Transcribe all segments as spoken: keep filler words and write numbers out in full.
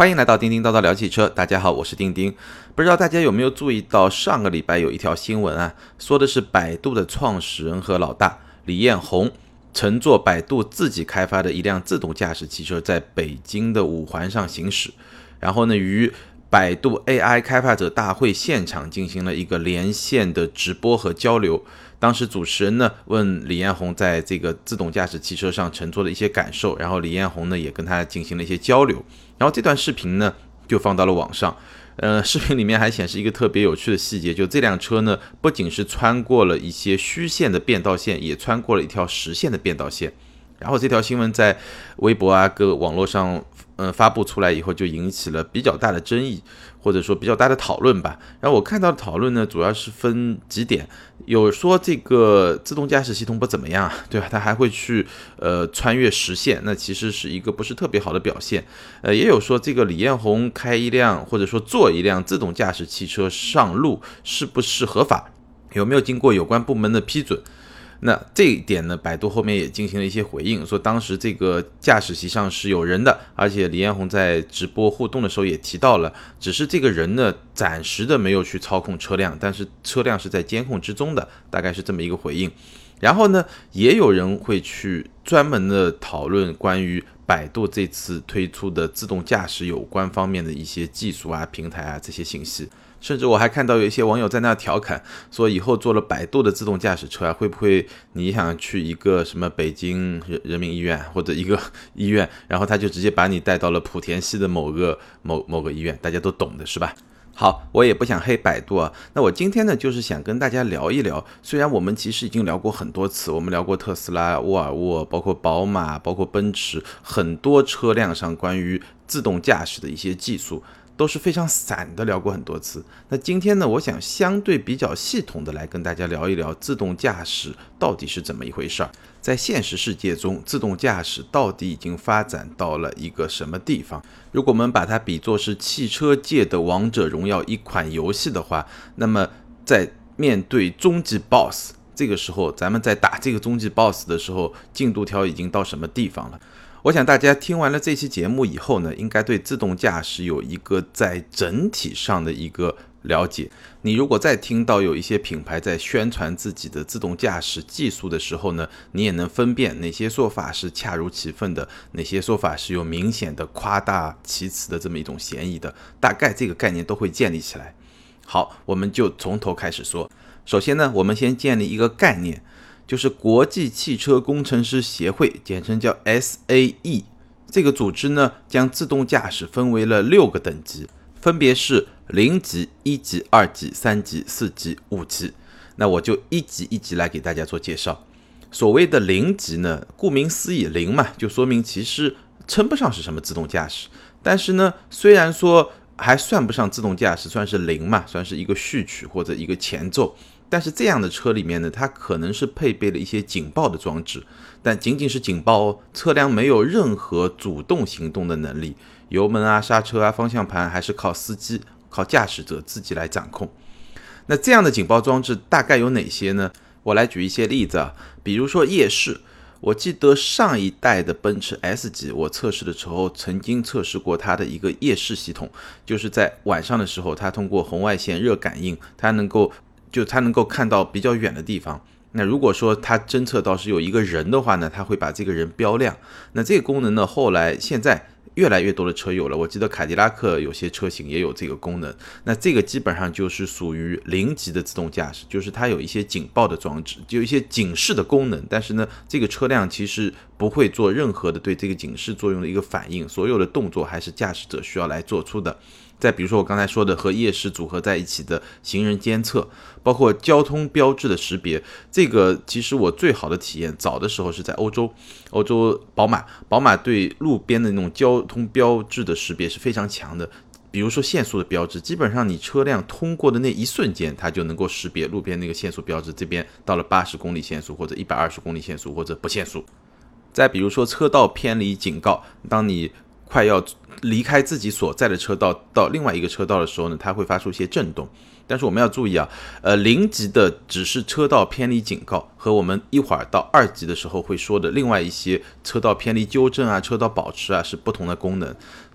欢迎来到叮叮叨叨聊汽车，大家好，我是叮叮。不知道大家有没有注意到，上个礼拜有一条新闻啊，说的是百度的创始人和老大李彦宏乘坐百度自己开发的一辆自动驾驶汽车，在北京的五环上行驶，然后呢，与百度 A I 开发者大会现场进行了一个连线的直播和交流。当时主持人呢问李彦宏在这个自动驾驶汽车上乘坐的一些感受，然后李彦宏呢也跟他进行了一些交流，然后这段视频呢就放到了网上。呃，视频里面还显示一个特别有趣的细节，就这辆车呢不仅是穿过了一些虚线的变道线，也穿过了一条实线的变道线。然后这条新闻在微博啊各网络上呃发布出来以后，就引起了比较大的争议，或者说比较大的讨论吧。然后我看到的讨论呢，主要是分几点，有说这个自动驾驶系统不怎么样，对吧？它还会去呃穿越实线，那其实是一个不是特别好的表现。呃，也有说这个李彦宏开一辆或者说坐一辆自动驾驶汽车上路是不是合法，有没有经过有关部门的批准。那这一点呢，百度后面也进行了一些回应，说当时这个驾驶席上是有人的，而且李彦宏在直播互动的时候也提到了，只是这个人呢暂时的没有去操控车辆，但是车辆是在监控之中的，大概是这么一个回应。然后呢，也有人会去专门的讨论关于百度这次推出的自动驾驶有关方面的一些技术啊、平台啊这些信息。甚至我还看到有一些网友在那调侃说，以后做了百度的自动驾驶车啊，会不会你想去一个什么北京人民医院或者一个医院，然后他就直接把你带到了莆田系的某个某某个医院，大家都懂的是吧？好，我也不想黑百度啊。那我今天呢，就是想跟大家聊一聊，虽然我们其实已经聊过很多次，我们聊过特斯拉、沃尔沃，包括宝马，包括奔驰，很多车辆上关于自动驾驶的一些技术都是非常散的聊过很多次。那今天呢，我想相对比较系统的来跟大家聊一聊自动驾驶到底是怎么一回事儿，在现实世界中自动驾驶到底已经发展到了一个什么地方。如果我们把它比作是汽车界的王者荣耀一款游戏的话，那么在面对终极 boss， 这个时候咱们在打这个终极 boss 的时候，进度条已经到什么地方了。我想大家听完了这期节目以后呢，应该对自动驾驶有一个在整体上的一个了解。你如果再听到有一些品牌在宣传自己的自动驾驶技术的时候呢，你也能分辨哪些说法是恰如其分的，哪些说法是有明显的夸大其词的这么一种嫌疑的，大概这个概念都会建立起来。好，我们就从头开始说。首先呢，我们先建立一个概念，就是国际汽车工程师协会，简称叫 S A E， 这个组织呢，将自动驾驶分为了六个等级，分别是零级、一级、二级、三级、四级、五级。那我就一级一级来给大家做介绍。所谓的零级呢，顾名思义，零嘛，就说明其实称不上是什么自动驾驶。但是呢，虽然说还算不上自动驾驶，算是零嘛，算是一个序曲或者一个前奏。但是这样的车里面呢，它可能是配备了一些警报的装置，但仅仅是警报哦，车辆没有任何主动行动的能力，油门啊、刹车啊、方向盘还是靠司机、靠驾驶者自己来掌控。那这样的警报装置大概有哪些呢？我来举一些例子啊，比如说夜视。我记得上一代的奔驰 S 级，我测试的时候曾经测试过它的一个夜视系统，就是在晚上的时候，它通过红外线热感应，它能够就它能够看到比较远的地方。那如果说它侦测到是有一个人的话呢，它会把这个人标亮。那这个功能呢，后来现在越来越多的车有了，我记得凯迪拉克有些车型也有这个功能。那这个基本上就是属于零级的自动驾驶，就是它有一些警报的装置，就有一些警示的功能，但是呢，这个车辆其实不会做任何的对这个警示作用的一个反应，所有的动作还是驾驶者需要来做出的。再比如说我刚才说的和夜视组合在一起的行人监测，包括交通标志的识别，这个其实我最好的体验早的时候是在欧洲，欧洲宝马，宝马对路边的那种交通标志的识别是非常强的。比如说限速的标志，基本上你车辆通过的那一瞬间，它就能够识别路边那个限速标志，这边到了八十公里限速或者一百二十公里限速或者不限速。再比如说车道偏离警告，当你快要离开自己所在的车道到另外一个车道的时候呢，它会发出一些震动。但是我们要注意啊，呃，零级的只是车道偏离警告，和我们一会儿到二级的时候会说的另外一些车道偏离纠正啊、车道保持啊是不同的功能。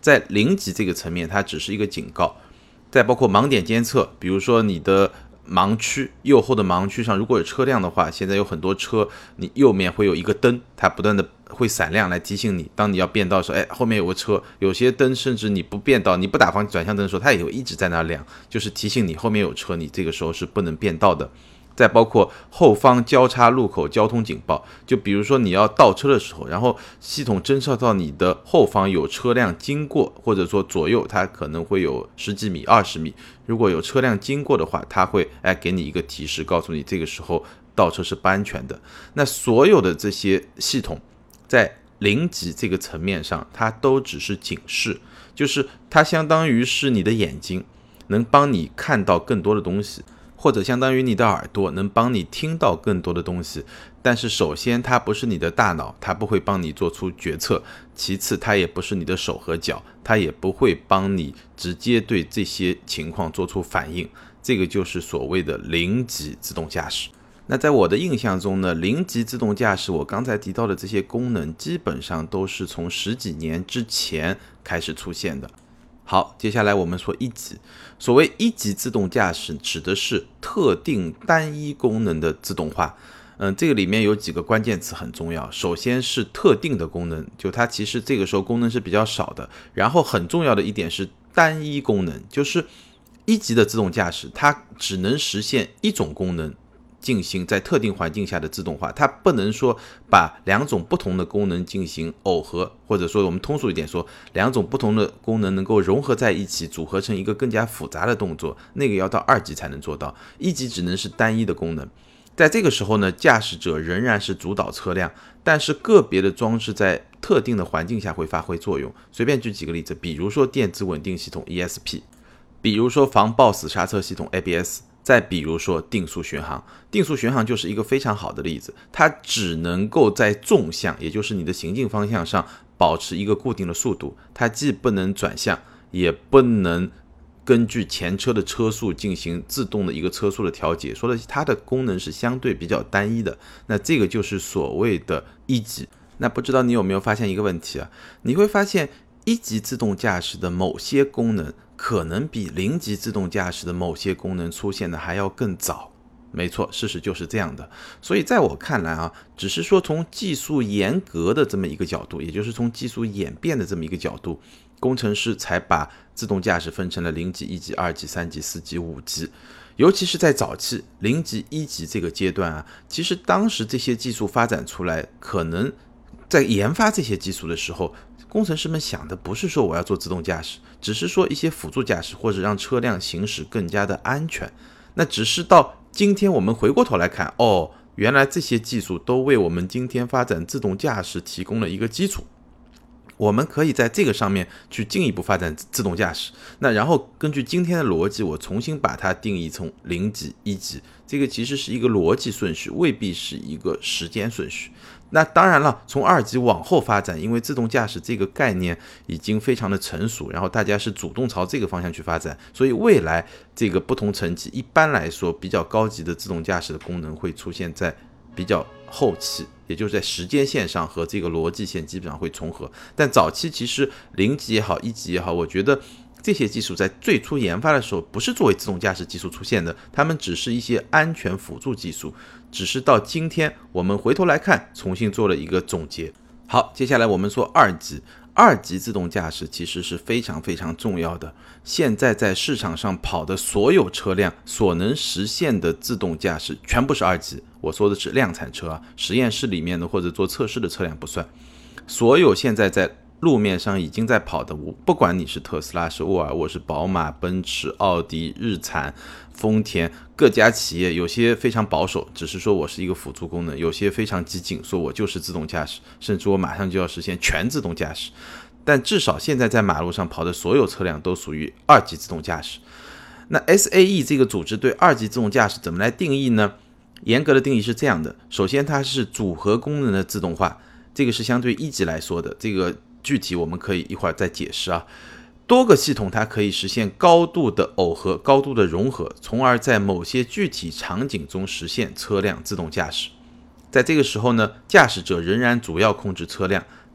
在零级这个层面，它只是一个警告。再包括盲点监测，比如说你的盲区右后的盲区上如果有车辆的话，现在有很多车，你右面会有一个灯，它不断的会闪亮来提醒你，当你要变道的时候，哎，后面有个车，有些灯甚至你不变道，你不打方转向灯的时候，它也会一直在那亮，就是提醒你后面有车，你这个时候是不能变道的。再包括后方交叉路口交通警报，就比如说你要倒车的时候，然后系统侦测到你的后方有车辆经过，或者说左右它可能会有十几米、二十米，如果有车辆经过的话，它会哎给你一个提示，告诉你这个时候倒车是不安全的。那所有的这些系统在零级这个层面上，它都只是警示，就是它相当于是你的眼睛，能帮你看到更多的东西，或者相当于你的耳朵，能帮你听到更多的东西。但是首先它不是你的大脑，它不会帮你做出决策，其次它也不是你的手和脚，它也不会帮你直接对这些情况做出反应。这个就是所谓的零级自动驾驶。那在我的印象中呢，零级自动驾驶我刚才提到的这些功能基本上都是从十几年之前开始出现的。好，接下来我们说一级。所谓一级自动驾驶指的是特定单一功能的自动化。嗯，这个里面有几个关键词很重要。首先是特定的功能，就它其实这个时候功能是比较少的。然后很重要的一点是单一功能，就是一级的自动驾驶，它只能实现一种功能进行在特定环境下的自动化，它不能说把两种不同的功能进行耦合，或者说我们通俗一点说，两种不同的功能能够融合在一起，组合成一个更加复杂的动作，那个要到二级才能做到，一级只能是单一的功能。在这个时候呢，驾驶者仍然是主导车辆，但是个别的装置在特定的环境下会发挥作用。随便举几个例子，比如说电子稳定系统 E S P， 比如说防抱死刹车系统 A B S，再比如说定速巡航，定速巡航就是一个非常好的例子，它只能够在纵向，也就是你的行进方向上保持一个固定的速度，它既不能转向，也不能根据前车的车速进行自动的一个车速的调节，说的它的功能是相对比较单一的。那这个就是所谓的一级。那不知道你有没有发现一个问题啊？你会发现一级自动驾驶的某些功能可能比零级自动驾驶的某些功能出现的还要更早。没错，事实就是这样的。所以在我看来啊，只是说从技术严格的这么一个角度，也就是从技术演变的这么一个角度，工程师才把自动驾驶分成了零级、一级、二级、三级、四级、五级。尤其是在早期零级、一级这个阶段啊，其实当时这些技术发展出来，可能在研发这些技术的时候，工程师们想的不是说我要做自动驾驶，只是说一些辅助驾驶或者让车辆行驶更加的安全。那只是到今天我们回过头来看，哦，原来这些技术都为我们今天发展自动驾驶提供了一个基础。我们可以在这个上面去进一步发展自动驾驶，那然后根据今天的逻辑，我重新把它定义成零级、一级，这个其实是一个逻辑顺序，未必是一个时间顺序。那当然了，从二级往后发展，因为自动驾驶这个概念已经非常的成熟，然后大家是主动朝这个方向去发展，所以未来这个不同层级，一般来说比较高级的自动驾驶的功能会出现在比较后期，也就是在时间线上和这个逻辑线基本上会重合。但早期其实零级也好，一级也好，我觉得这些技术在最初研发的时候不是作为自动驾驶技术出现的，它们只是一些安全辅助技术，只是到今天我们回头来看重新做了一个总结。好，接下来我们说二级。二级自动驾驶其实是非常非常重要的，现在在市场上跑的所有车辆所能实现的自动驾驶全部是二级，我说的是量产车啊，实验室里面的或者做测试的车辆不算。所有现在在路面上已经在跑的，不管你是特斯拉、是沃尔沃、是宝马、奔驰、奥迪、日产、丰田，各家企业有些非常保守，只是说我是一个辅助功能，有些非常激进，说我就是自动驾驶，甚至我马上就要实现全自动驾驶。但至少现在在马路上跑的所有车辆都属于二级自动驾驶。那 S A E 这个组织对二级自动驾驶怎么来定义呢？严格的定义是这样的，首先它是组合功能的自动化，这个是相对一级来说的，这个具体我们可以一会儿再解释啊。多个系统它可以实现高度的耦合、高度的融合，从而在某些具体场景中实现车辆自动驾驶。在这个时候呢，驾驶者仍然主要控制车辆，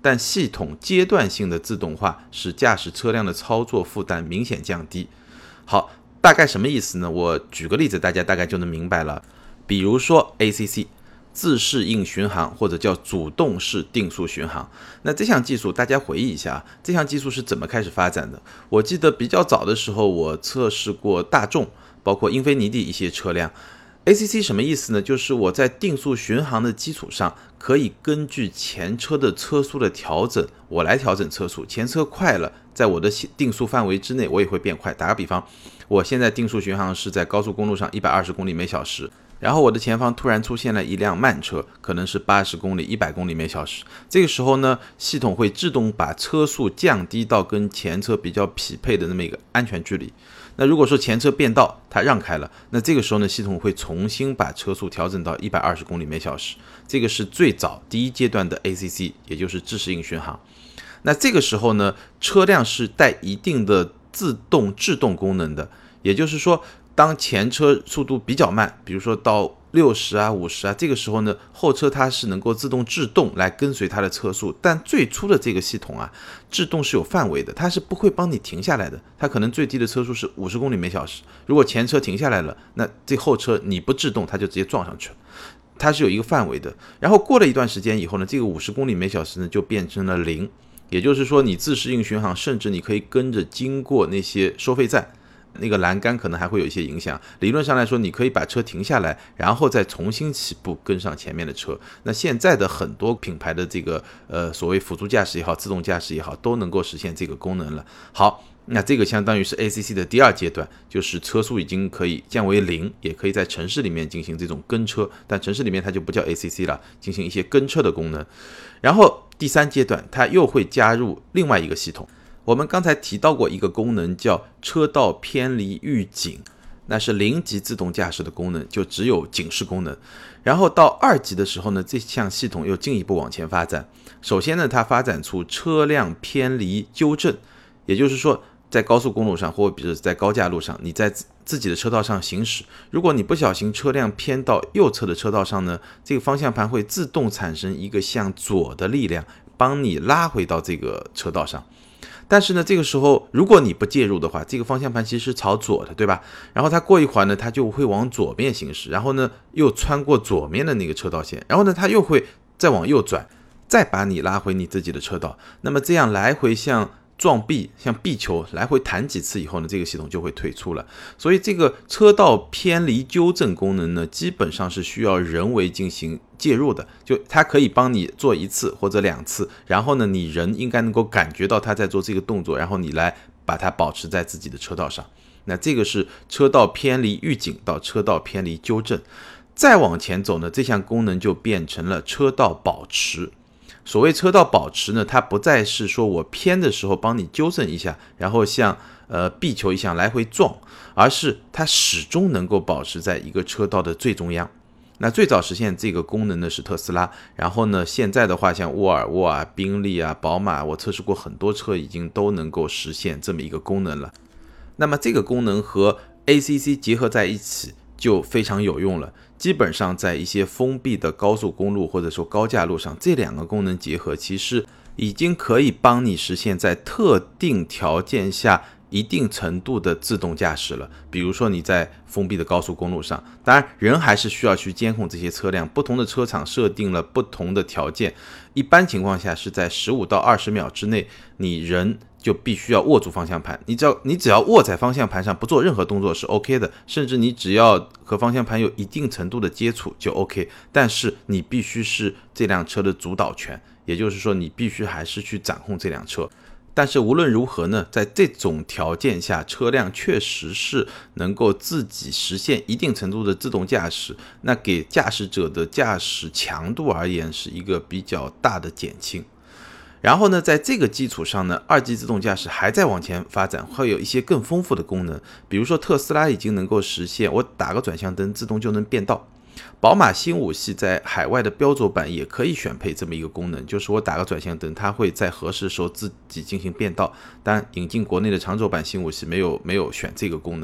但系统阶段性的自动化使驾驶车辆的操作负担明显降低。好，大概什么意思呢？我举个例子，大家大概就能明白了。比如说 A C C 自适应巡航，或者叫主动式定速巡航。那这项技术大家回忆一下，这项技术是怎么开始发展的？我记得比较早的时候，我测试过大众，包括英菲尼迪一些车辆。A C C 什么意思呢？就是我在定速巡航的基础上，可以根据前车的车速的调整，我来调整车速。前车快了，在我的定速范围之内，我也会变快。打个比方，我现在定速巡航是在高速公路上一百二十公里每小时，然后我的前方突然出现了一辆慢车，可能是八十公里、一百公里每小时。这个时候呢，系统会自动把车速降低到跟前车比较匹配的那么一个安全距离。那如果说前车变道，它让开了，那这个时候呢，系统会重新把车速调整到一百二十公里每小时。这个是最早第一阶段的 A C C， 也就是自适应巡航。那这个时候呢，车辆是带一定的自动制动功能的，也就是说，当前车速度比较慢，比如说到六十啊、五十啊，这个时候呢，后车它是能够自动制动来跟随它的车速。但最初的这个系统啊，制动是有范围的，它是不会帮你停下来的。它可能最低的车速是五十公里每小时，如果前车停下来了，那这后车你不制动，它就直接撞上去了。它是有一个范围的。然后过了一段时间以后呢，这个五十公里每小时呢就变成了零，也就是说你自适应巡航，甚至你可以跟着经过那些收费站。那个栏杆可能还会有一些影响，理论上来说你可以把车停下来，然后再重新起步跟上前面的车。那现在的很多品牌的这个呃所谓辅助驾驶也好，自动驾驶也好，都能够实现这个功能了。好，那这个相当于是 A C C 的第二阶段，就是车速已经可以降为零，也可以在城市里面进行这种跟车，但城市里面它就不叫 A C C 了，进行一些跟车的功能。然后第三阶段它又会加入另外一个系统，我们刚才提到过一个功能叫车道偏离预警，那是零级自动驾驶的功能，就只有警示功能。然后到二级的时候呢，这项系统又进一步往前发展。首先呢，它发展出车辆偏离纠正，也就是说在高速公路上或者是在高架路上，你在自己的车道上行驶，如果你不小心车辆偏到右侧的车道上呢，这个方向盘会自动产生一个向左的力量，帮你拉回到这个车道上。但是呢，这个时候如果你不介入的话，这个方向盘其实是朝左的，对吧？然后它过一会儿呢，它就会往左边行驶，然后呢又穿过左面的那个车道线，然后呢它又会再往右转，再把你拉回你自己的车道。那么这样来回像撞壁，像壁球来回弹几次以后呢，这个系统就会退出了。所以这个车道偏离纠正功能呢，基本上是需要人为进行介入的，就它可以帮你做一次或者两次，然后呢，你人应该能够感觉到它在做这个动作，然后你来把它保持在自己的车道上。那这个是车道偏离预警到车道偏离纠正。再往前走呢，这项功能就变成了车道保持。所谓车道保持呢，它不再是说我偏的时候帮你纠正一下，然后像呃壁球一样来回撞，而是它始终能够保持在一个车道的最中央。那最早实现这个功能的是特斯拉，然后呢，现在的话像沃尔沃啊、宾利啊、宝马，我测试过很多车已经都能够实现这么一个功能了。那么这个功能和 A C C 结合在一起就非常有用了。基本上在一些封闭的高速公路或者说高架路上，这两个功能结合，其实已经可以帮你实现在特定条件下一定程度的自动驾驶了。比如说你在封闭的高速公路上，当然人还是需要去监控这些车辆，不同的车厂设定了不同的条件，一般情况下是在十五到二十秒之内，你人就必须要握住方向盘，你只要你只要握在方向盘上不做任何动作是 OK 的，甚至你只要和方向盘有一定程度的接触就 OK， 但是你必须是这辆车的主导权，也就是说你必须还是去掌控这辆车。但是无论如何呢，在这种条件下，车辆确实是能够自己实现一定程度的自动驾驶，那给驾驶者的驾驶强度而言是一个比较大的减轻。然后呢，在这个基础上呢，二级自动驾驶还在往前发展，会有一些更丰富的功能。比如说特斯拉已经能够实现我打个转向灯自动就能变道，宝马新五系在海外的标准版也可以选配这么一个功能，就是我打个转向灯，它会在合适的时候自己进行变道。当然引进国内的长轴版新五系没有没有选这个功能。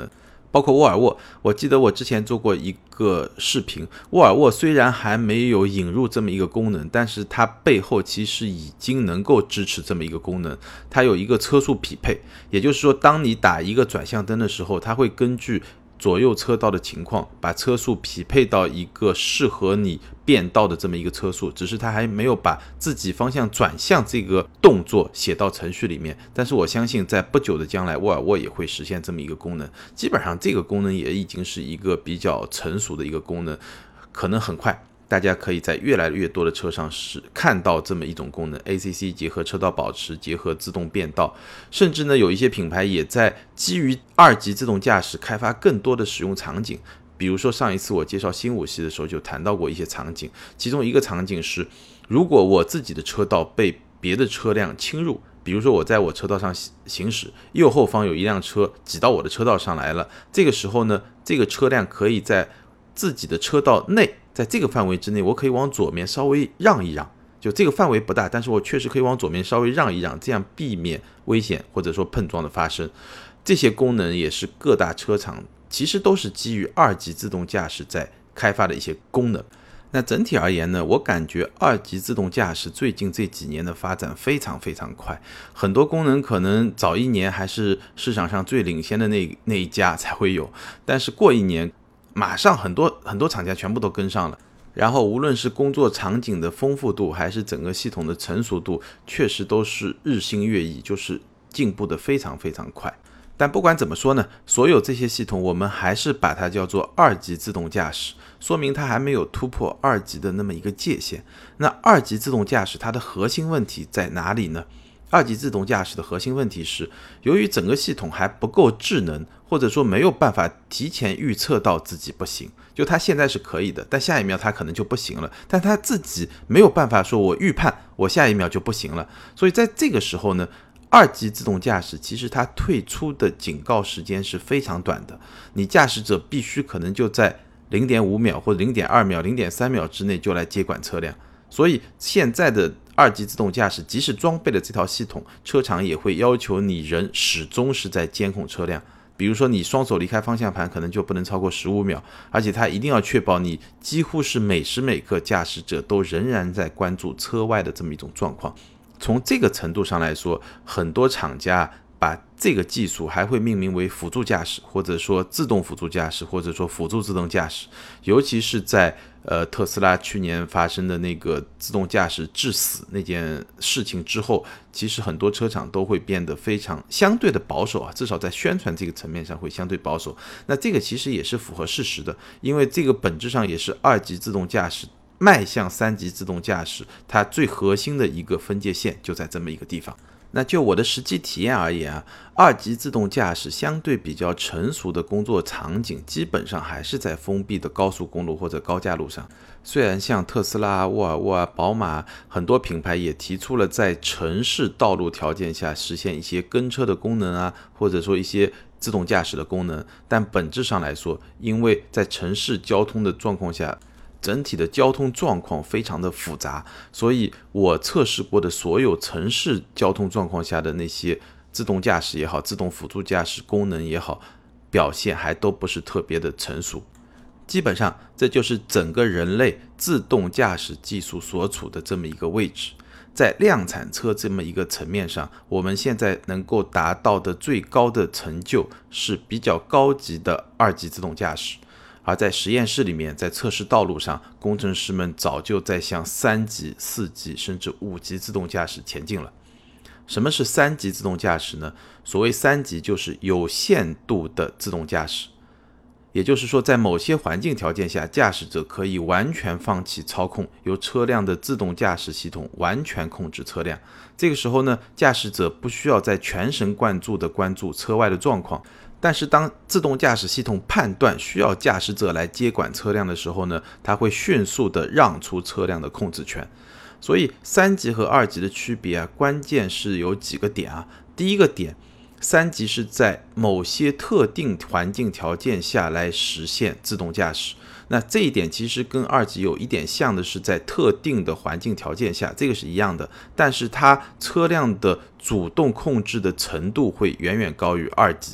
包括沃尔沃，我记得我之前做过一个视频，沃尔沃虽然还没有引入这么一个功能，但是它背后其实已经能够支持这么一个功能，它有一个车速匹配，也就是说当你打一个转向灯的时候，它会根据左右车道的情况把车速匹配到一个适合你变道的这么一个车速，只是它还没有把自己方向转向这个动作写到程序里面，但是我相信在不久的将来沃尔沃也会实现这么一个功能，基本上这个功能也已经是一个比较成熟的一个功能，可能很快大家可以在越来越多的车上是看到这么一种功能 A C C 结合车道保持结合自动变道，甚至呢有一些品牌也在基于二级自动驾驶开发更多的使用场景，比如说上一次我介绍新五系的时候就谈到过一些场景，其中一个场景是如果我自己的车道被别的车辆侵入，比如说我在我车道上行驶，右后方有一辆车挤到我的车道上来了，这个时候呢这个车辆可以在自己的车道内，在这个范围之内我可以往左面稍微让一让，就这个范围不大，但是我确实可以往左面稍微让一让，这样避免危险或者说碰撞的发生。这些功能也是各大车厂其实都是基于二级自动驾驶在开发的一些功能。那整体而言呢，我感觉二级自动驾驶最近这几年的发展非常非常快，很多功能可能早一年还是市场上最领先的那那一家才会有，但是过一年马上很多很多厂家全部都跟上了，然后无论是工作场景的丰富度还是整个系统的成熟度，确实都是日新月异，就是进步的非常非常快。但不管怎么说呢，所有这些系统我们还是把它叫做二级自动驾驶，说明它还没有突破二级的那么一个界限。那二级自动驾驶它的核心问题在哪里呢？二级自动驾驶的核心问题是，由于整个系统还不够智能，或者说没有办法提前预测到自己不行，就它现在是可以的，但下一秒它可能就不行了，但它自己没有办法说我预判我下一秒就不行了，所以在这个时候呢，二级自动驾驶其实它退出的警告时间是非常短的，你驾驶者必须可能就在 零点五秒或者 零点二秒 零点三秒之内就来接管车辆，所以现在的二级自动驾驶即使装备了这套系统，车厂也会要求你人始终是在监控车辆，比如说你双手离开方向盘可能就不能超过十五秒，而且它一定要确保你几乎是每时每刻驾驶者都仍然在关注车外的这么一种状况。从这个程度上来说，很多厂家把这个技术还会命名为辅助驾驶，或者说自动辅助驾驶，或者说辅助自动驾驶，尤其是在呃特斯拉去年发生的那个自动驾驶致死那件事情之后，其实很多车厂都会变得非常相对的保守啊，至少在宣传这个层面上会相对保守。那这个其实也是符合事实的，因为这个本质上也是二级自动驾驶迈向三级自动驾驶它最核心的一个分界线就在这么一个地方。那就我的实际体验而言啊，二级自动驾驶相对比较成熟的工作场景基本上还是在封闭的高速公路或者高架路上。虽然像特斯拉、沃尔沃啊、宝马很多品牌也提出了在城市道路条件下实现一些跟车的功能啊，或者说一些自动驾驶的功能，但本质上来说，因为在城市交通的状况下，整体的交通状况非常的复杂，所以我测试过的所有城市交通状况下的那些自动驾驶也好，自动辅助驾驶功能也好，表现还都不是特别的成熟。基本上这就是整个人类自动驾驶技术所处的这么一个位置。在量产车这么一个层面上，我们现在能够达到的最高的成就是比较高级的二级自动驾驶，而在实验室里面，在测试道路上，工程师们早就在向三级、四级甚至五级自动驾驶前进了。什么是三级自动驾驶呢？所谓三级就是有限度的自动驾驶，也就是说，在某些环境条件下，驾驶者可以完全放弃操控，由车辆的自动驾驶系统完全控制车辆。这个时候呢，驾驶者不需要再全神贯注地关注车外的状况，但是当自动驾驶系统判断需要驾驶者来接管车辆的时候呢，它会迅速地让出车辆的控制权。所以三级和二级的区别啊，关键是有几个点啊。第一个点，三级是在某些特定环境条件下来实现自动驾驶，那这一点其实跟二级有一点像的是在特定的环境条件下，这个是一样的，但是它车辆的主动控制的程度会远远高于二级。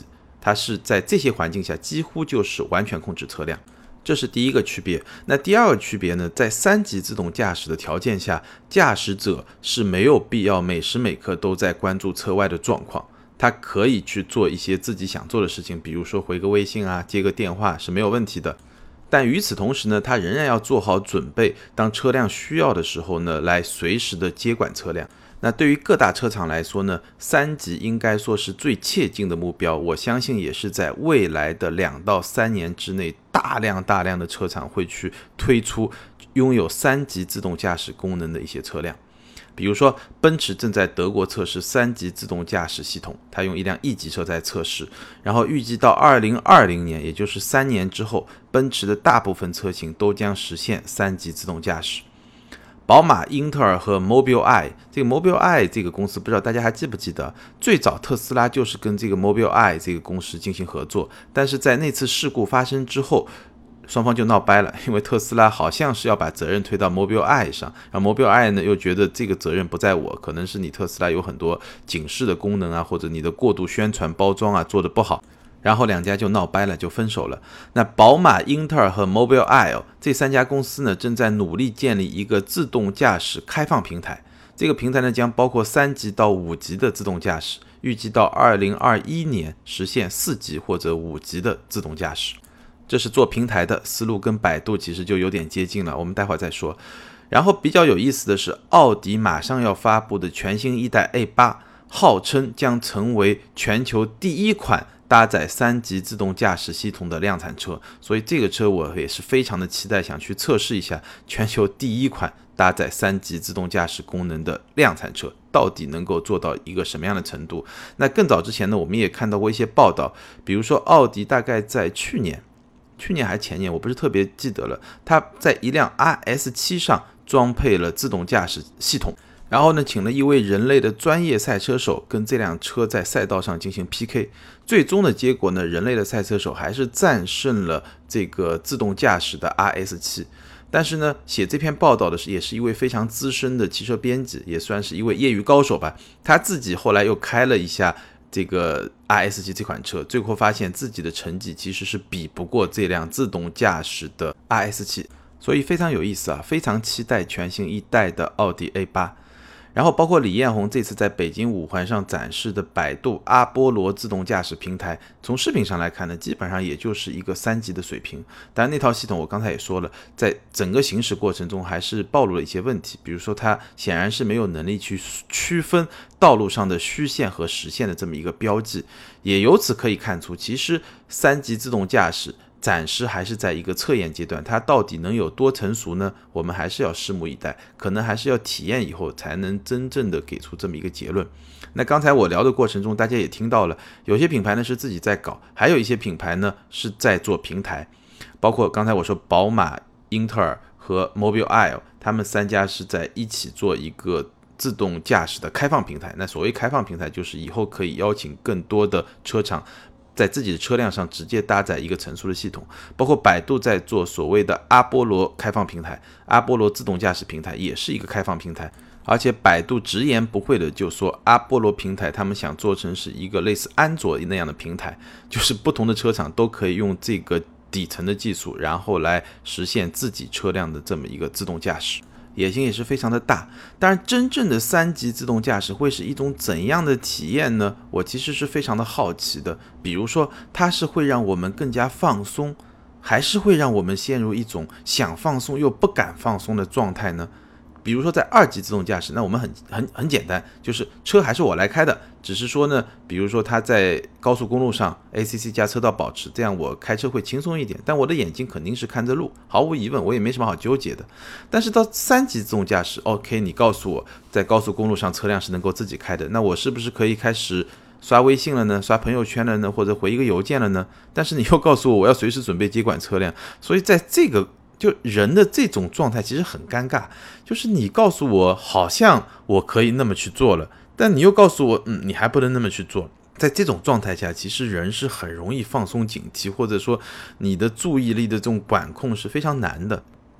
它是在这些环境下几乎就是完全控制车辆。这是第一个区别。那第二个区别呢，在三级自动驾驶的条件下，驾驶者是没有必要每时每刻都在关注车外的状况，他可以去做一些自己想做的事情，比如说回个微信啊，接个电话是没有问题的。但与此同时呢，他仍然要做好准备，当车辆需要的时候呢，来随时的接管车辆。那对于各大车厂来说呢，三级应该说是最切近的目标，我相信也是在未来的两到三年之内，大量大量的车厂会去推出拥有三级自动驾驶功能的一些车辆。比如说奔驰正在德国测试三级自动驾驶系统，它用一辆 E 级车在测试，然后预计到二零二零年，也就是三年之后，奔驰的大部分车型都将实现三级自动驾驶。宝马、英特尔和 Mobileye， 这个 Mobileye 这个公司不知道大家还记不记得，最早特斯拉就是跟这个 Mobileye 这个公司进行合作，但是在那次事故发生之后，双方就闹掰了，因为特斯拉好像是要把责任推到 Mobileye 上，然后 Mobileye 呢又觉得这个责任不在我，可能是你特斯拉有很多警示的功能啊，或者你的过度宣传包装啊做得不好，然后两家就闹掰了，就分手了。那宝马、英特尔和 Mobileye 这三家公司呢，正在努力建立一个自动驾驶开放平台。这个平台呢，将包括三级到五级的自动驾驶，预计到二零二一年实现四级或者五级的自动驾驶。这是做平台的思路，跟百度其实就有点接近了，我们待会儿再说。然后比较有意思的是，奥迪马上要发布的全新一代 A 八，号称将成为全球第一款搭载三级自动驾驶系统的量产车，所以这个车我也是非常的期待，想去测试一下全球第一款搭载三级自动驾驶功能的量产车到底能够做到一个什么样的程度。那更早之前呢，我们也看到过一些报道，比如说奥迪大概在去年去年还前年，我不是特别记得了，它在一辆 R S 七 上装配了自动驾驶系统，然后呢，请了一位人类的专业赛车手跟这辆车在赛道上进行 P K， 最终的结果呢，人类的赛车手还是战胜了这个自动驾驶的 R S 七。但是呢，写这篇报道的是也是一位非常资深的汽车编辑，也算是一位业余高手吧。他自己后来又开了一下这个 R S 七 这款车，最后发现自己的成绩其实是比不过这辆自动驾驶的 R S 七， 所以非常有意思啊，非常期待全新一代的奥迪 A 八。然后包括李彦宏这次在北京五环上展示的百度阿波罗自动驾驶平台，从视频上来看呢，基本上也就是一个三级的水平。当然那套系统我刚才也说了，在整个行驶过程中还是暴露了一些问题，比如说它显然是没有能力去区分道路上的虚线和实线的这么一个标记，也由此可以看出，其实三级自动驾驶暂时还是在一个测验阶段，它到底能有多成熟呢？我们还是要拭目以待，可能还是要体验以后才能真正的给出这么一个结论。那刚才我聊的过程中，大家也听到了，有些品牌呢是自己在搞，还有一些品牌呢是在做平台，包括刚才我说宝马、英特尔和 Mobileye， 他们三家是在一起做一个自动驾驶的开放平台。那所谓开放平台，就是以后可以邀请更多的车厂在自己的车辆上直接搭载一个成熟的系统，包括百度在做所谓的阿波罗开放平台，阿波罗自动驾驶平台也是一个开放平台，而且百度直言不讳的就说阿波罗平台他们想做成是一个类似安卓那样的平台，就是不同的车厂都可以用这个底层的技术，然后来实现自己车辆的这么一个自动驾驶。野心也是非常的大。当然真正的三级自动驾驶会是一种怎样的体验呢？我其实是非常的好奇的。比如说它是会让我们更加放松，还是会让我们陷入一种想放松又不敢放松的状态呢？比如说在二级自动驾驶，那我们很很很简单，就是车还是我来开的，只是说呢，比如说它在高速公路上 A C C 加车道保持，这样我开车会轻松一点，但我的眼睛肯定是看着路，毫无疑问我也没什么好纠结的。但是到三级自动驾驶 OK， 你告诉我在高速公路上车辆是能够自己开的，那我是不是可以开始刷微信了呢，刷朋友圈了呢，或者回一个邮件了呢？但是你又告诉我我要随时准备接管车辆，所以在这个就人的这种状态其实很尴尬，就是你告诉我好像我可以那么去做了，但你又告诉我嗯，你还不能那么去做。在这种状态下，其实人是很容易放松警惕，或者说你的注意力的这种管控是非常难的。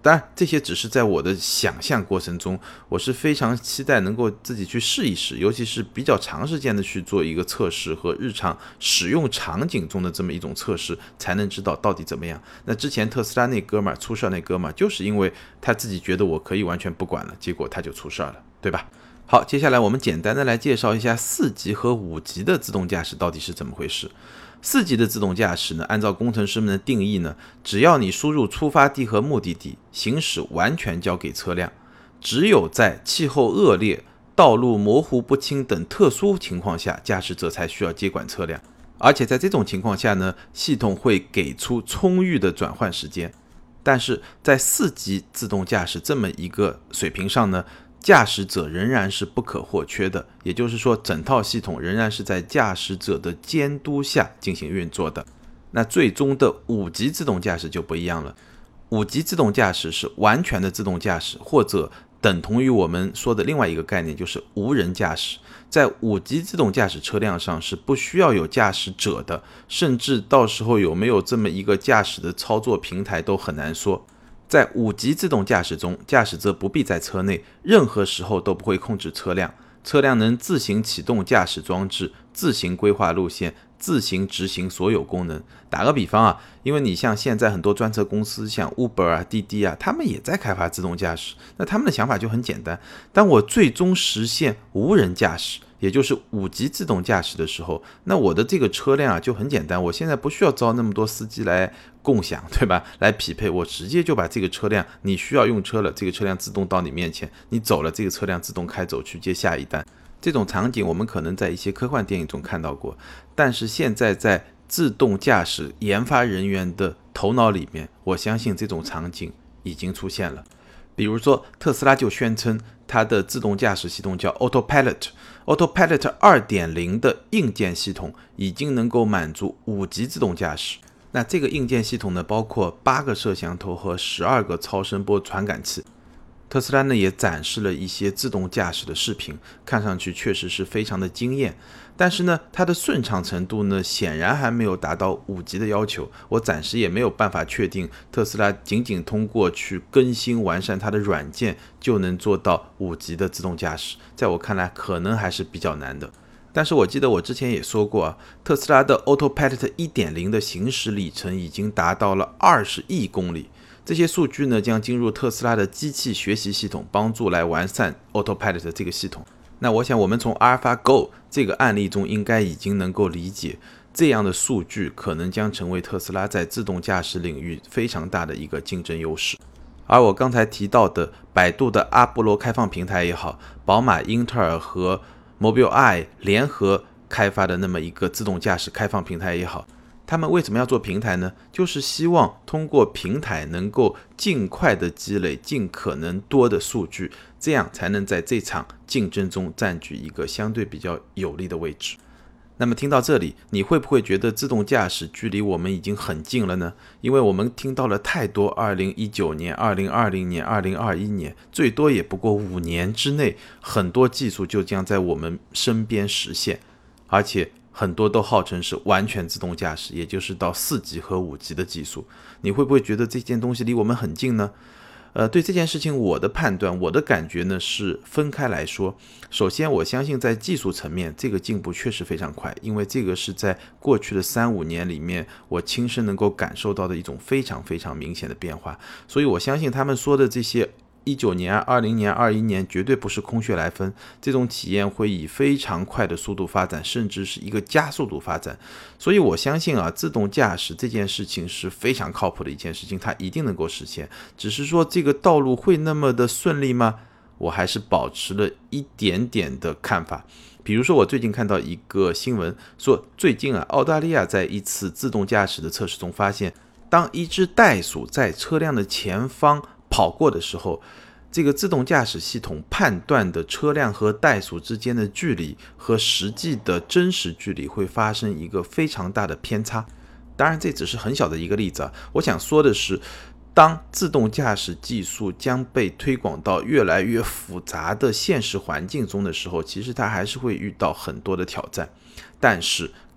当然这些只是在我的想象过程中，我是非常期待能够自己去试一试，尤其是比较长时间的去做一个测试和日常使用场景中的这么一种测试，才能知道到底怎么样。那之前特斯拉那哥们儿出事那哥们儿就是因为他自己觉得我可以完全不管了，结果他就出事了，对吧？好，接下来我们简单的来介绍一下四级和五级的自动驾驶到底是怎么回事。四级的自动驾驶呢，按照工程师们的定义呢，只要你输入出发地和目的地，行驶完全交给车辆，只有在气候恶劣、道路模糊不清等特殊情况下，驾驶者才需要接管车辆。而且在这种情况下呢，系统会给出充裕的转换时间。但是在四级自动驾驶这么一个水平上呢，驾驶者仍然是不可或缺的，也就是说整套系统仍然是在驾驶者的监督下进行运作的。那最终的五级自动驾驶就不一样了，五级自动驾驶是完全的自动驾驶，或者等同于我们说的另外一个概念，就是无人驾驶。在五级自动驾驶车辆上是不需要有驾驶者的，甚至到时候有没有这么一个驾驶的操作平台都很难说。在五级自动驾驶中，驾驶者不必在车内，任何时候都不会控制车辆，车辆能自行启动驾驶装置，自行规划路线，自行执行所有功能。打个比方啊，因为你像现在很多专车公司，像 Uber 啊、滴滴啊，他们也在开发自动驾驶。那他们的想法就很简单，当我最终实现无人驾驶，也就是五级自动驾驶的时候，那我的这个车辆啊就很简单，我现在不需要招那么多司机来共享，对吧？来匹配，我直接就把这个车辆，你需要用车了，这个车辆自动到你面前，你走了，这个车辆自动开走去接下一单。这种场景我们可能在一些科幻电影中看到过，但是现在在自动驾驶研发人员的头脑里面，我相信这种场景已经出现了。比如说特斯拉就宣称它的自动驾驶系统叫 Autopilot， Autopilot 二点零 的硬件系统已经能够满足五级自动驾驶。那这个硬件系统呢，包括八个摄像头和十二个超声波传感器。特斯拉呢也展示了一些自动驾驶的视频，看上去确实是非常的惊艳，但是呢它的顺畅程度呢显然还没有达到五级的要求。我暂时也没有办法确定特斯拉仅仅通过去更新完善它的软件就能做到五级的自动驾驶，在我看来可能还是比较难的。但是我记得我之前也说过啊，特斯拉的 Autopilot 一点零 的行驶里程已经达到了二十亿公里。这些数据呢将进入特斯拉的机器学习系统，帮助来完善 Autopilot 这个系统。那我想我们从 AlphaGo 这个案例中应该已经能够理解，这样的数据可能将成为特斯拉在自动驾驶领域非常大的一个竞争优势。而我刚才提到的百度的阿波罗开放平台也好，宝马、英特尔和 Mobileye 联合开发的那么一个自动驾驶开放平台也好，他们为什么要做平台呢？就是希望通过平台能够尽快的积累尽可能多的数据，这样才能在这场竞争中占据一个相对比较有利的位置。那么听到这里，你会不会觉得自动驾驶距离我们已经很近了呢？因为我们听到了太多二零一九年、二零二零年、二零二一年，最多也不过五年之内，很多技术就将在我们身边实现，而且很多都号称是完全自动驾驶，也就是到四级和五级的技术。你会不会觉得这件东西离我们很近呢？呃，对这件事情我的判断，我的感觉呢是分开来说。首先我相信在技术层面这个进步确实非常快，因为这个是在过去的三五年里面我亲身能够感受到的一种非常非常明显的变化。所以我相信他们说的这些一九年、二零年、二一年绝对不是空穴来风，这种体验会以非常快的速度发展，甚至是一个加速度发展。所以我相信啊，自动驾驶这件事情是非常靠谱的一件事情，它一定能够实现。只是说这个道路会那么的顺利吗？我还是保持了一点点的看法。比如说我最近看到一个新闻说，最近啊，澳大利亚在一次自动驾驶的测试中发现，当一只袋鼠在车辆的前方跑过的时候，这个自动驾驶系统判断的车辆和袋鼠之间的距离和实际的真实距离会发生一个非常大的偏差。当然这只是很小的一个例子啊，我想说的是，当自动驾驶技术将被推广到越来越复杂的现实环境中的时候，其实它还是会遇到很多的挑战。但是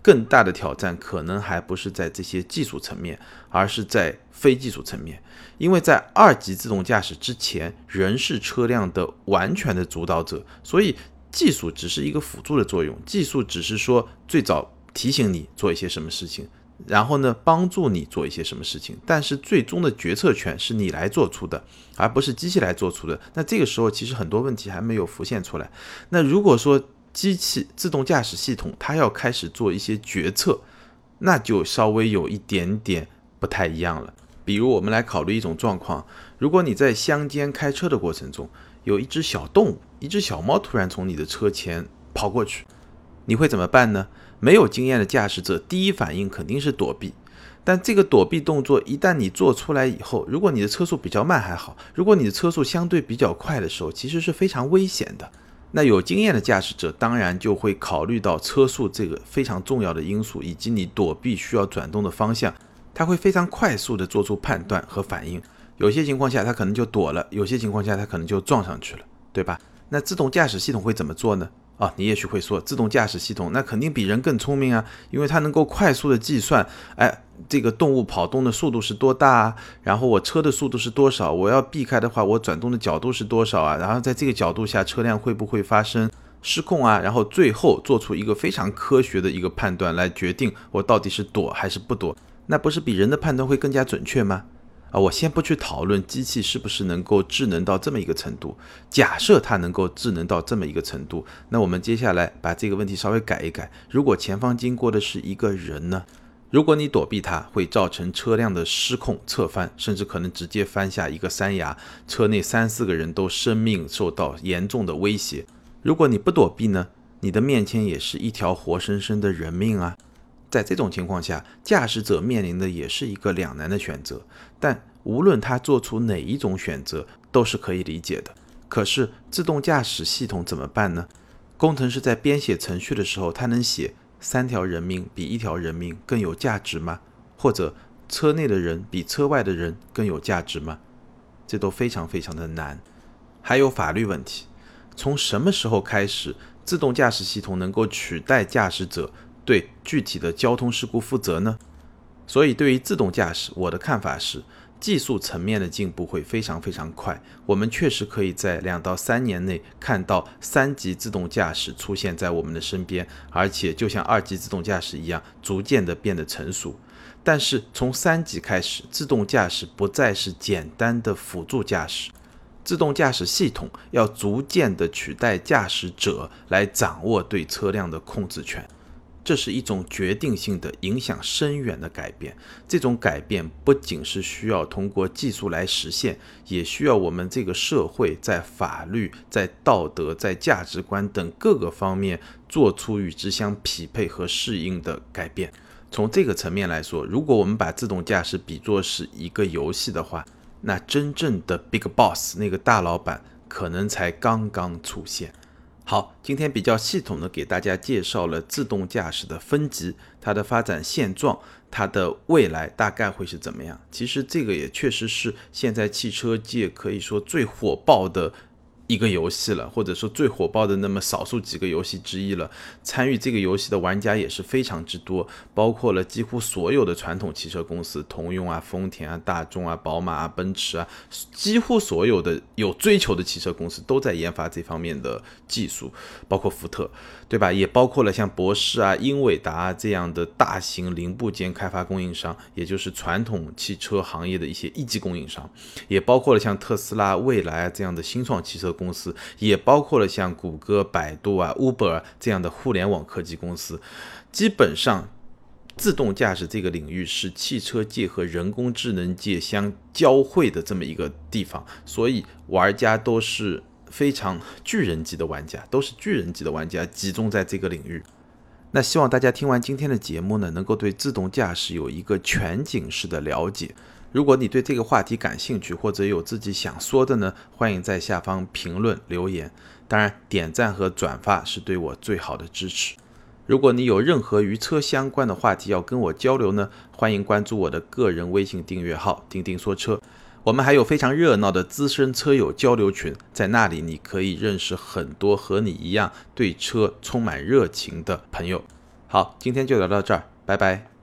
更大的挑战可能还不是在这些技术层面，而是在非技术层面。因为在二级自动驾驶之前，人是车辆的完全的主导者，所以技术只是一个辅助的作用，技术只是说最早提醒你做一些什么事情，然后呢帮助你做一些什么事情，但是最终的决策权是你来做出的，而不是机器来做出的。那这个时候其实很多问题还没有浮现出来。那如果说机器自动驾驶系统它要开始做一些决策，那就稍微有一点点不太一样了。比如我们来考虑一种状况，如果你在乡间开车的过程中，有一只小动物，一只小猫突然从你的车前跑过去，你会怎么办呢？没有经验的驾驶者第一反应肯定是躲避，但这个躲避动作一旦你做出来以后，如果你的车速比较慢还好，如果你的车速相对比较快的时候，其实是非常危险的。那有经验的驾驶者当然就会考虑到车速这个非常重要的因素，以及你躲避需要转动的方向，他会非常快速的做出判断和反应。有些情况下他可能就躲了，有些情况下他可能就撞上去了，对吧？那自动驾驶系统会怎么做呢？哦，你也许会说，自动驾驶系统那肯定比人更聪明啊，因为它能够快速的计算，哎，这个动物跑动的速度是多大啊，然后我车的速度是多少，我要避开的话，我转动的角度是多少啊，然后在这个角度下车辆会不会发生失控啊，然后最后做出一个非常科学的一个判断来决定我到底是躲还是不躲，那不是比人的判断会更加准确吗？啊，我先不去讨论机器是不是能够智能到这么一个程度，假设它能够智能到这么一个程度，那我们接下来把这个问题稍微改一改，如果前方经过的是一个人呢？如果你躲避它，会造成车辆的失控侧翻，甚至可能直接翻下一个山崖，车内三四个人都生命受到严重的威胁。如果你不躲避呢，你的面前也是一条活生生的人命啊。在这种情况下，驾驶者面临的也是一个两难的选择，但无论他做出哪一种选择都是可以理解的。可是自动驾驶系统怎么办呢？工程师在编写程序的时候，他能写三条人命比一条人命更有价值吗？或者车内的人比车外的人更有价值吗？这都非常非常的难。还有法律问题，从什么时候开始自动驾驶系统能够取代驾驶者对具体的交通事故负责呢？所以对于自动驾驶，我的看法是，技术层面的进步会非常非常快，我们确实可以在两到三年内看到三级自动驾驶出现在我们的身边，而且就像二级自动驾驶一样，逐渐的变得成熟。但是从三级开始，自动驾驶不再是简单的辅助驾驶，自动驾驶系统要逐渐的取代驾驶者来掌握对车辆的控制权。这是一种决定性的、影响深远的改变。这种改变不仅是需要通过技术来实现，也需要我们这个社会在法律、在道德、在价值观等各个方面做出与之相匹配和适应的改变。从这个层面来说，如果我们把自动驾驶比作是一个游戏的话，那真正的 Big Boss 那个大老板可能才刚刚出现。好，今天比较系统的给大家介绍了自动驾驶的分级，它的发展现状，它的未来大概会是怎么样。其实这个也确实是现在汽车界可以说最火爆的一个游戏了，或者说最火爆的那么少数几个游戏之一了。参与这个游戏的玩家也是非常之多，包括了几乎所有的传统汽车公司，通用啊、丰田啊、大众啊、宝马啊、奔驰啊，几乎所有的有追求的汽车公司都在研发这方面的技术，包括福特，对吧？也包括了像博世啊、英伟达啊这样的大型零部件开发供应商，也就是传统汽车行业的一些一级供应商，也包括了像特斯拉、蔚来啊这样的新创汽车公司，也包括了像谷歌、百度啊、Uber 啊这样的互联网科技公司。基本上自动驾驶这个领域是汽车界和人工智能界相交汇的这么一个地方，所以玩家都是非常巨人级的玩家，都是巨人级的玩家集中在这个领域。那希望大家听完今天的节目呢，能够对自动驾驶有一个全景式的了解。如果你对这个话题感兴趣，或者有自己想说的呢，欢迎在下方评论留言。当然，点赞和转发是对我最好的支持。如果你有任何与车相关的话题要跟我交流呢，欢迎关注我的个人微信订阅号钉钉说车。我们还有非常热闹的资深车友交流群，在那里你可以认识很多和你一样对车充满热情的朋友。好。 好，今天就聊到这儿，拜拜。